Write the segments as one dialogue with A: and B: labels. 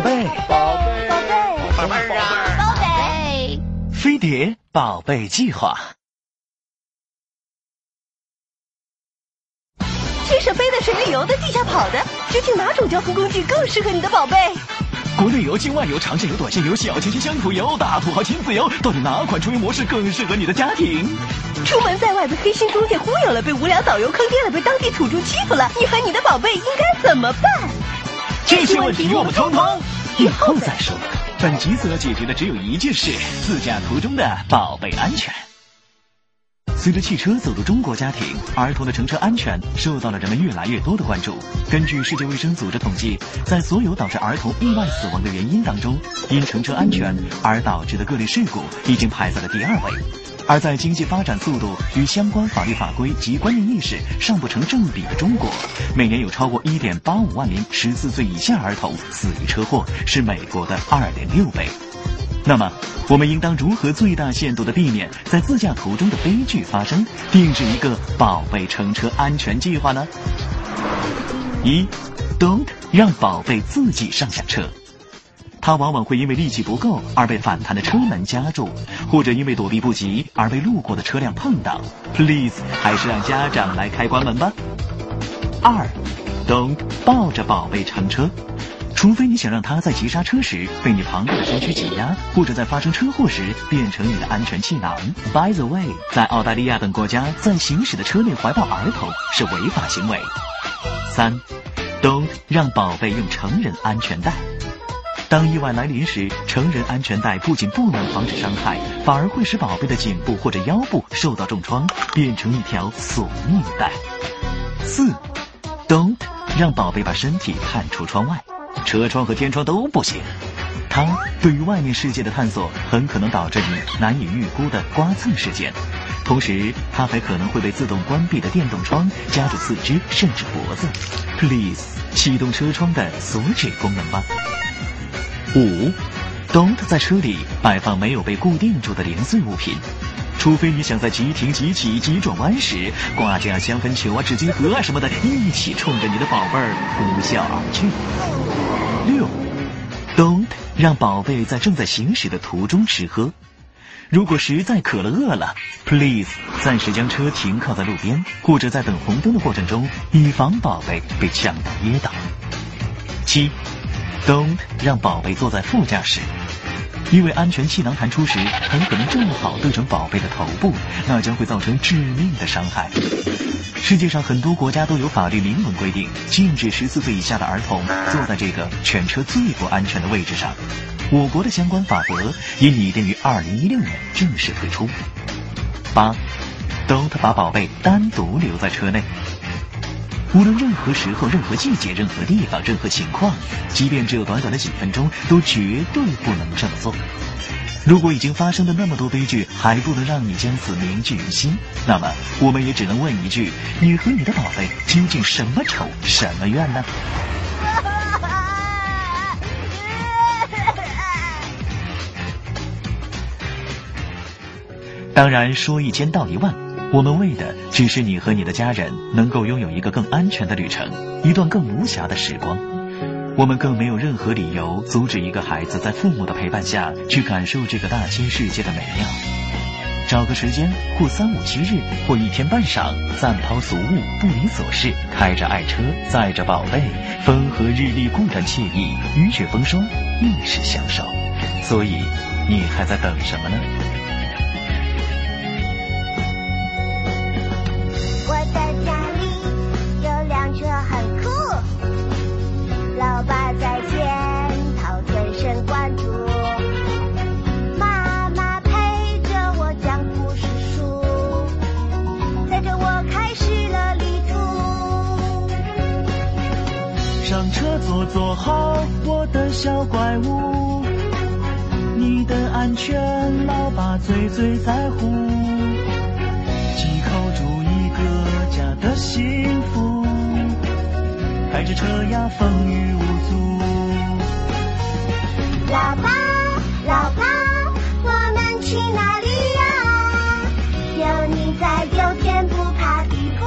A: 宝贝，
B: 宝贝，
C: 宝贝，
B: 宝贝啊，
C: 宝贝，
A: 飞碟宝贝计划。
C: 轻手背的、水里游的、地下跑的，究竟哪种交通工具更适合你的宝贝？
A: 国内游、境外游、长线游、短线游、小清新乡土游、大土豪亲子游，到底哪款出游模式更适合你的家庭？
C: 出门在外被黑心中介忽悠了，被无聊导游坑爹了，被当地土著欺负了，你和你的宝贝应该怎么办？
A: 这些问题我们通通以后再说。本集所要解决的只有一件事：自驾途中的宝贝安全。随着汽车走入中国家庭，儿童的乘车安全受到了人们越来越多的关注。根据世界卫生组织统计，在所有导致儿童意外死亡的原因当中，因乘车安全而导致的各类事故已经排在了第2位。而在经济发展速度与相关法律法规及观念意识尚不成正比的中国，每年有超过 1.85 万名14岁以下儿童死于车祸，是美国的2.6倍。那么我们应当如何最大限度地避免在自驾途中的悲剧发生，定制一个宝贝乘车安全计划呢？1. Don't 让宝贝自己上下车。他往往会因为力气不够而被反弹的车门夹住，或者因为躲避不及而被路过的车辆碰到。Please， 还是让家长来开关门吧。2. Don't 抱着宝贝乘车。除非你想让他在急刹车时被你庞大的身躯挤压，或者在发生车祸时变成你的安全气囊。By the way， 在澳大利亚等国家，在行驶的车内怀抱儿童是违法行为。3. Don't 让宝贝用成人安全带。当意外来临时，成人安全带不仅不能防止伤害，反而会使宝贝的颈部或者腰部受到重创，变成一条索命带。4. Don't 让宝贝把身体探出窗外。车窗和天窗都不行，它对于外面世界的探索很可能导致你难以预估的刮蹭事件，同时它还可能会被自动关闭的电动窗夹住四肢甚至脖子。Please 启动车窗的锁止功能吧。5. Don't 在车里摆放没有被固定住的零碎物品，除非你想在急停急起急转弯时挂架香氛球啊、纸巾盒啊什么的一起冲着你的宝贝儿呼啸而去。6. Don't 让宝贝在正在行驶的途中吃喝。如果实在渴了饿了 ，Please 暂时将车停靠在路边，或者在等红灯的过程中，以防宝贝被呛到噎到。7. Don't 让宝贝坐在副驾驶。因为安全气囊弹出时很可能正好对准宝贝的头部，那将会造成致命的伤害。世界上很多国家都有法律明文规定，禁止14岁以下的儿童坐在这个全车最不安全的位置上。我国的相关法则也拟定于2016年正式推出。8. Don't 把宝贝单独留在车内。无论任何时候、任何季节、任何地方、任何情况，即便只有短短的几分钟，都绝对不能这么做。如果已经发生的那么多悲剧还不能让你将此铭记于心，那么我们也只能问一句：你和你的宝贝究竟什么仇什么怨呢？当然，说一千道一万，我们为的只是你和你的家人能够拥有一个更安全的旅程，一段更无瑕的时光。我们更没有任何理由阻止一个孩子在父母的陪伴下去感受这个大千世界的美妙。找个时间，或3、5、7日，或1天半晌，暂抛俗务，不理琐事，开着爱车，载着宝贝，风和日丽固然惬意，雨雪风霜亦是享受。所以，你还在等什么呢？
D: 我的家里有辆车很酷，老爸在前头全神贯注，妈妈陪着我讲故事书，载着我开始了旅途。
E: 上车坐好，我的小怪物，你的安全老爸最在乎，记扣住一个家的幸福，开着车呀风雨无阻。
D: 老爸，我们去哪里呀？有你在，有天不怕地不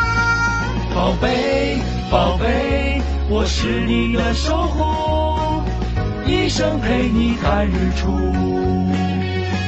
D: 怕。
E: 宝贝，我是你的守护， 一生陪你看日出。